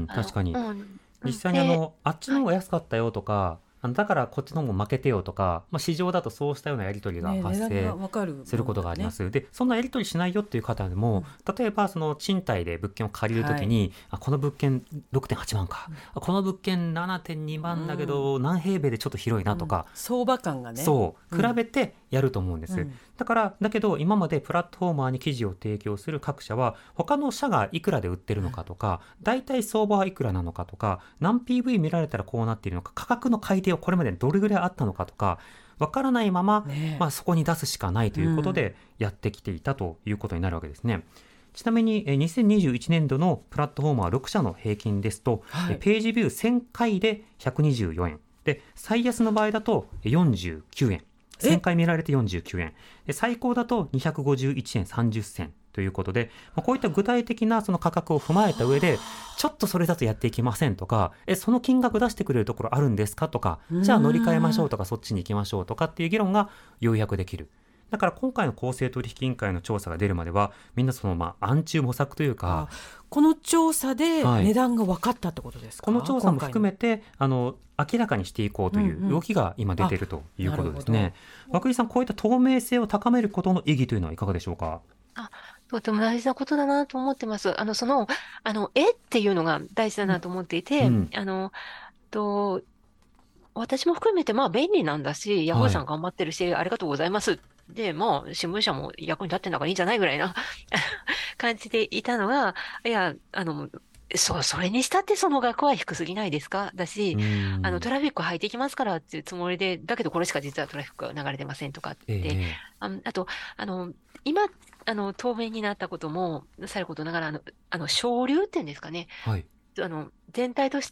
あの、 確かに。 うん、う実ん。で、 際にあの、あっちのはい。 方が安かったよとか、あのだからこっちの方も負けてよとか、まあ、市場だとそうしたようなやり取りがね、値段が発生わかるすることものがね。 があります。で、そんなやり取りしないよっていう方でも、例えばその賃貸で物件を借りるとはい。 きに、あ、この物件ろくてんはちまんか、あこの物件ななてんにまんだけど、何平米でちょっと広いうん、 なとか、 相場感がね。 そう比うん、 べてやると思うんです。 うん、 だからだけど今までプラットフォーマーに記事を提供する各社は他の社がいくらで売ってるのかとか、大体相場はいくらなのかとか、何 ピーブイ 見られたらこうなっているのか、価格の改定はこれまでどれぐらいあったのかとかわからないまま、 ねまあ、そこに出すしかないとえ、 いうことうん、 でやってきていたということになるわけですね。ちなみにえーにせんにじゅういちねんどのプラットフォーマーろく社の平均ですと、 はい。 えページビューせんかいでひゃくにじゅうよえんで、最安の場合だとよんじゅうきゅうえん、せんえ、 かい見られてよんじゅうきゅうえんで、最高だとにひゃくごじゅういちえんさんじゅっせんということで、まあ、こういった具体的なその価格を踏まえた上で、ちょっとそれだとやっていきませんとか、えその金額出してくれるところあるんですかとか、 うーじゃあ乗り換えましょうん。 とか、そっちに行きましょうとかっていう議論が要約できる。だから今回の公正取引委員会の調査が出るまでは、みんなそのまあ暗中模索というか、 あ、この調査ではい、 値段が分かったってことですこのか、 調査も今回の。 含めてあの明らかにしていこうといううんうん。 動きが今出てあ、 いるというなことですね。 るほど。 涌井さん、こういった透明性を高めることの意義というのはいかがでしょうか。 あ、とても大事なことだなと思ってます。あの、その、あの、絵っていうのが大事だうん、 なと思っていて、 うん。 あの、と、私も含めて、まあ、便利なんだし、ヤフーはい。 さん頑張ってるし、ありがとうございます。で、まあ、新聞社も役に立ってんだからいいんじゃないぐらいな感じでいたのが、いや、あの、そう、それにしたってその額は低すぎないですかだし、 うーあの、トん。 ラフィック入っていきますからっていうつもりで、だけどこれしか実はトラフィックが流れてませんとかっええ、 て、 ええ。 あの、あと、あの、今、あの、透明になったことも、さることながら、あの、あの、省流っていうんですかね。 はい。 あの、全体として、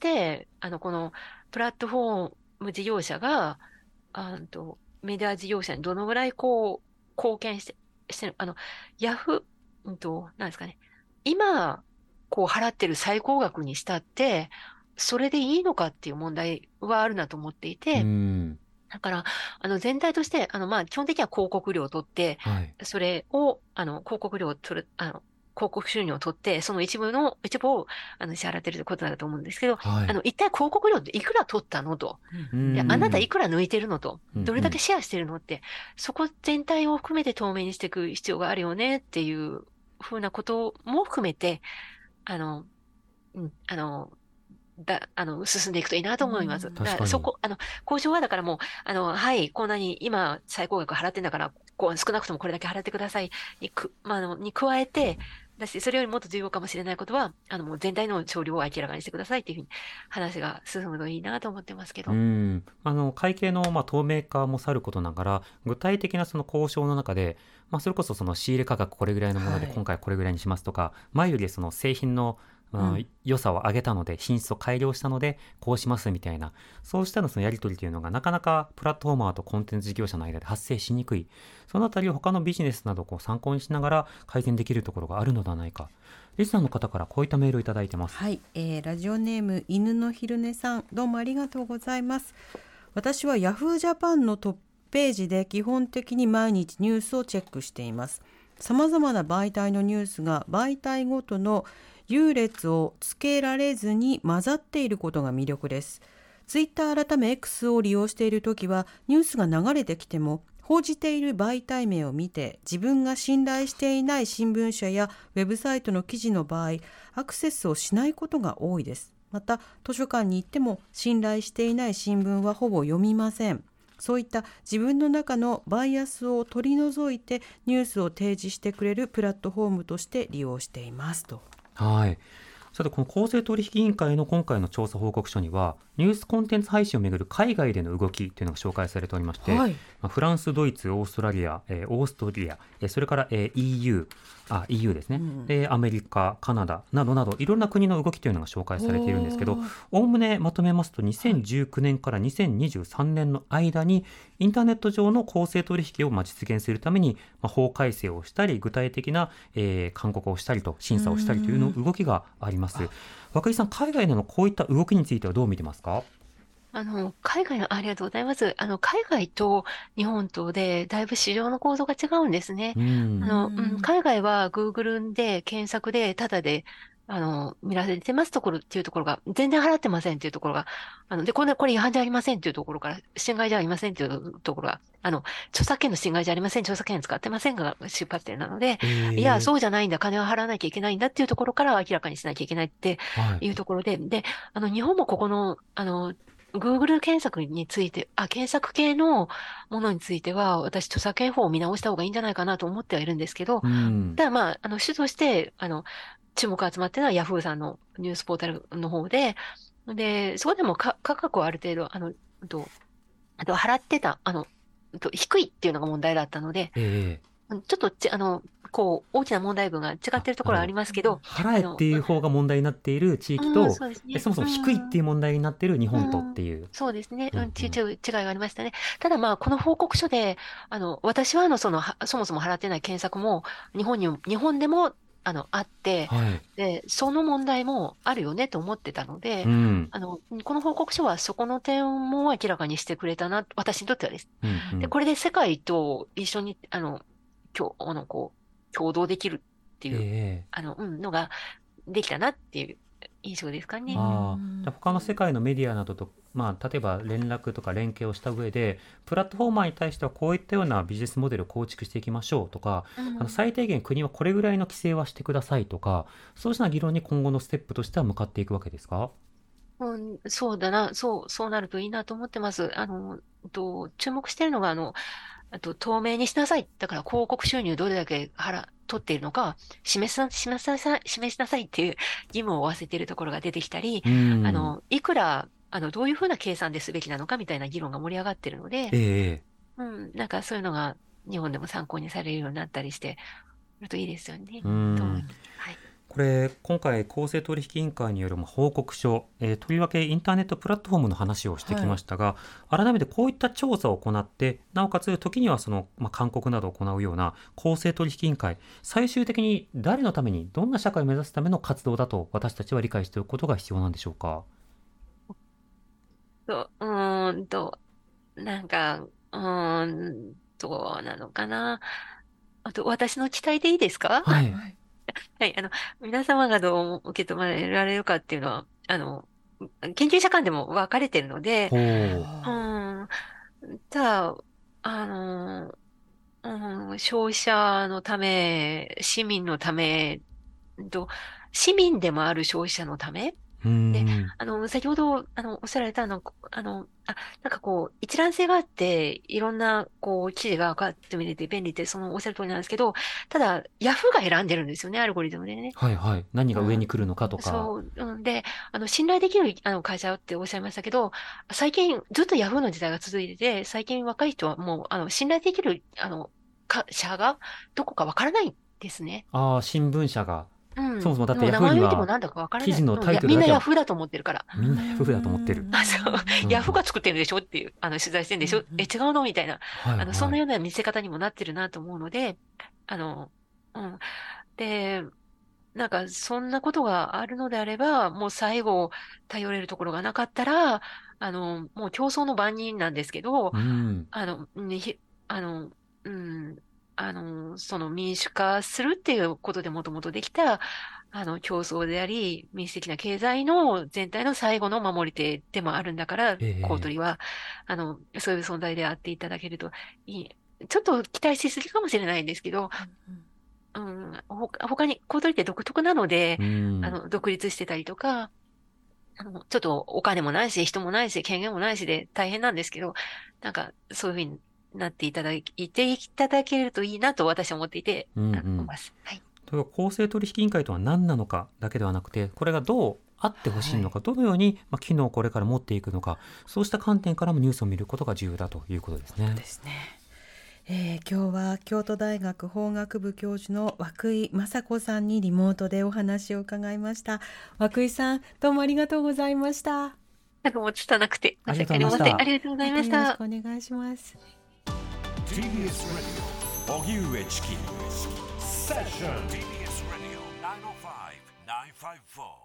あの、この、プラットフォーム事業者が、あんと、メディア事業者にどのぐらいこう、貢献して、してる、あの、ヤフー、うんと、なんですかね。今、こう払ってる最高額にしたって、それでいいのかっていう問題はあるなと思っていうーて、 ん。 だから、あの、全体として、あの、まあ、基本的には広告料を取って、 はい。 それを、あの、広告料を取る、あの、広告収入を取って、その一部の、一部を、あの、支払ってるということだと思うんですけど、 はい。 あの、一体広告料っていくら取ったのと。 うん、 うーうん、 で、あなたいん。 くら抜いてるのと。 うん、うん。 どれだけシェアしてるのって。そこ全体を含めて透明にしていく必要があるよねっていうふうなことも含めて、あの、うん、あの、だ、あの、進んでいくといいなとう思います。だ確かに。 からそこ、あの、交渉はだからもう、あの、はい、こんなに今最高額払ってんだから、こう、少なくともこれだけ払ってくださいにく、まあ、あの、に加えて、 だし、それよりもっと重要かもしれないことは、あの、もう全体の少量を明らかにしてくださいっていうふうに話が進むといいなと思ってますけうど。 ん、あの会計のまあ透明化もさることながら、具体的なその交渉の中で、まあ、それこそその仕入れ価格これぐらいのものではい今回これぐらいにしますとか、前よりその製品の、ううんん良さを上げたので品質を改良したのでこうしますみたいな、そうしたのそのやり取りというのがなかなかプラットフォーマーとコンテンツ事業者の間で発生しにくい。そのあたりを他のビジネスなどをこう参考にしながら改善できるところがあるのではないか。リスナーの方からこういったメールをいただいてます。 はい、えーラジオネーム犬の昼寝さん、どうもありがとうございます。私はヤフージャパンのトップページで基本的に毎日ニュースをチェックしています。さまざまな媒体のニュースが媒体ごとの優劣をつけられずに混ざっていることが魅力です。ツイッター改め X を利用しているときは、ニュースが流れてきても報じている媒体名を見て、自分が信頼していない新聞社やウェブサイトの記事の場合、アクセスをしないことが多いです。また図書館に行っても信頼していない新聞はほぼ読みません。そういった自分の中のバイアスを取り除いてニュースを提示してくれるプラットフォームとして利用していますと。 はい。さて、この公正取引委員会の今回の調査報告書には、ニュースコンテンツ配信をめぐる海外での動きというのが紹介されておりまして、 はい、 まあフランス、ドイツ、オーストラリア、えーオーストリア、えーそれから、えー イーユー、あ、イーユー ですね、 うんで、アメリカ、カナダなどなど、いろんな国の動きというのが紹介されているんですけど、 おーおおむねまとめますと、にせんじゅうきゅうねんからにせんにじゅうさんねんの間に、インターネット上の公正取引をまあ実現するために、まあ、法改正をしたり、具体的な、えー勧告をしたりと、審査をしたりというの動きがあります。若井さん、海外でのこういった動きについてはどう見てますか？ あの、海外の、ありがとうございます。あの、海外と日本とで、だいぶ市場の構造が違うんですね。 うん。 あの、 ううんん、海外は Google で検索で、ただで、あの、見られてますところっていうところが、全然払ってませんっていうところが、あの、で、これ、これ違反じゃありませんっていうところから、侵害じゃありませんっていうところが、あの、著作権の侵害じゃありません、著作権使ってませんが出発点なので、いや、 えー、 そうじゃないんだ、金は払わなきゃいけないんだっていうところから明らかにしなきゃいけないってはい。 いうところで、で、あの、日本もここの、あの、Google 検索について、あ、検索系のものについては、私、著作権法を見直した方がいいんじゃないかなと思ってはいるんですけど、 うん。 ただまあ、あの、主として、あの、注目が集まっているのは Yahoo さんのニュースポータルの方で、で、そこでもか価格をある程度、あの、うんと、あと払ってた、あの、うんと低いっていうのが問題だったので、 えー、 うんちょっとち、あの、こう、大きな問題文が違っあ、 てるところはあなるほど。 りますけど、 払えっあの、 ていう方が問題になっている地域うん、 と、 そうですね。 えそもそも低いっていう問題になっている日う本とっん、 ていう。 そうですね。うん、ち、 うんうん。 ち、違いがありましたね。ただまあ、この報告書で、あの、私はあの、その、はそもそも払ってない検索も、日本にも、日本でも、あの、あって、 はい。 で、その問題もあるよねと思ってたので、 うん。 あの、この報告書はそこの点も明らかにしてくれたな、私にとってはです。で、 うんうん。 これで世界と一緒に、あの、共、あの、こう、共同できるっていう、 ええあの、うん、のができたなっていう印象ですかうね。 ああ、じゃんあ他の世界のメディアなどと、まあ、例えば連絡とか連携をした上で、プラットフォーマーに対してはこういったようなビジネスモデルを構築していきましょうとか、あのうん。 最低限国はこれぐらいの規制はしてくださいとか、そうした議論に今後のステップとしては向かっていくわけですか？ うん、そうだな、そう、そうなるといいなと思ってます。あの、と、注目しているのが、あの、あと、透明にしなさい。だから、広告収入どれだけ払、取っているのか、示しな、示しなさい、示しなさいっていう義務を負わせているところが出てきたり、 うん。 あの、いくら、あの、どういうふうな計算ですべきなのかみたいな議論が盛り上がっているので、 ええ。 うん、なんかそういうのが日本でも参考にされるようになったりしてるといいですよね、 うと思いん。 ます。はい。 これ、今回、公正取引委員会によるまあ報告書、えーとりわけインターネットプラットフォームの話をしてきはい、 ましたが、改めてこういった調査を行って、なおかつ時にはその、まあ、勧告などを行うような公正取引委員会、最終的に誰のために、どんな社会を目指すための活動だと私たちは理解しておくことが必要なんでしょうか。 と、うーんと、なんか、うーん、どうなのかな。あと、私の期待でいいですか？ はい。 はい、 はい、あの、皆様がどう受け止められるかっていうのは、あの、研究者間でも分かれてるので、 ほう。 うーん、ただ、あの、うん、消費者のため、市民のため、と、市民でもある消費者のため、 ううーん。 で、あの、先ほど、あの、おっしゃられた、あの、こあの、あ、なんかこう、一覧性があって、いろんな、こう、記事がガーッと見れて便利って、そのおっしゃる通りなんですけど、ただ、ヤフーが選んでるんですよね、アルゴリズムでね。 はいはい。何が上にうん。 来るのかとか。 そう。うんで、あの、信頼できる、あの、会社っておっしゃいましたけど、最近、ずっとヤフーの時代が続いてて、最近若い人はもう、あの、信頼できる、あの、会社がどこかわからないんですね。 ああ、新聞社が。そもうん。 そもだってヤもう名フーには前を言ってもなんだかわからない。 記事のうん。いや、みんなタイトルだけはヤフーだと思ってるから。 みんなヤフーだと思ってる。 あ、そう。 うんヤフーうん。 が作ってるんでしょっていう、あの、取材してんでしょうんうんえ、違うのみたいな。 はいあの、そんはい。 なような見せ方にもなってるなと思うので、あの、うん。で、なんか、そんなことがあるのであれば、もう最後、頼れるところがなかったら、あの、もう競争の番人なんですけど、 うん。 あの、ねひあの、うん、あの、その民主化するっていうことでもともとできた、あの、競争であり、民主的な経済の全体の最後の守り手でもあるんだから、 ええ。 公取は、あの、そういう存在であっていただけるといい。ちょっと期待しすぎかもしれないんですけど、うん、ほか他に、コードリって独特なので、 うん。 あの、独立してたりとか、あの、ちょっとお金もないし、人もないし、権限もないしで大変なんですけど、なんか、そういうふうになっていただいていただけるといいなと私は思っていて、あの、思いうんうん。 ます。はい。 というか公正取引委員会とは何なのかだけではなくて、これがどうあってほしいのか、どのように、まあ、機能をこれから持っていくのか、そうした観点からもニュースを見ることが重要だということですね。 ですね。えー今日は京都大学法学部教授の涌井雅子さんにリモートでお話を伺いました。涌井さん、どうもありがとうございました。 なんかもう拙なくて、 ありが申し訳ありません。 とうございました。 ありがとうございましまたよろした。 くお願いします。 ティービーエス Radio 荻上チキセッション ティービーエス Radio ナインオーファイブ ナインファイブフォー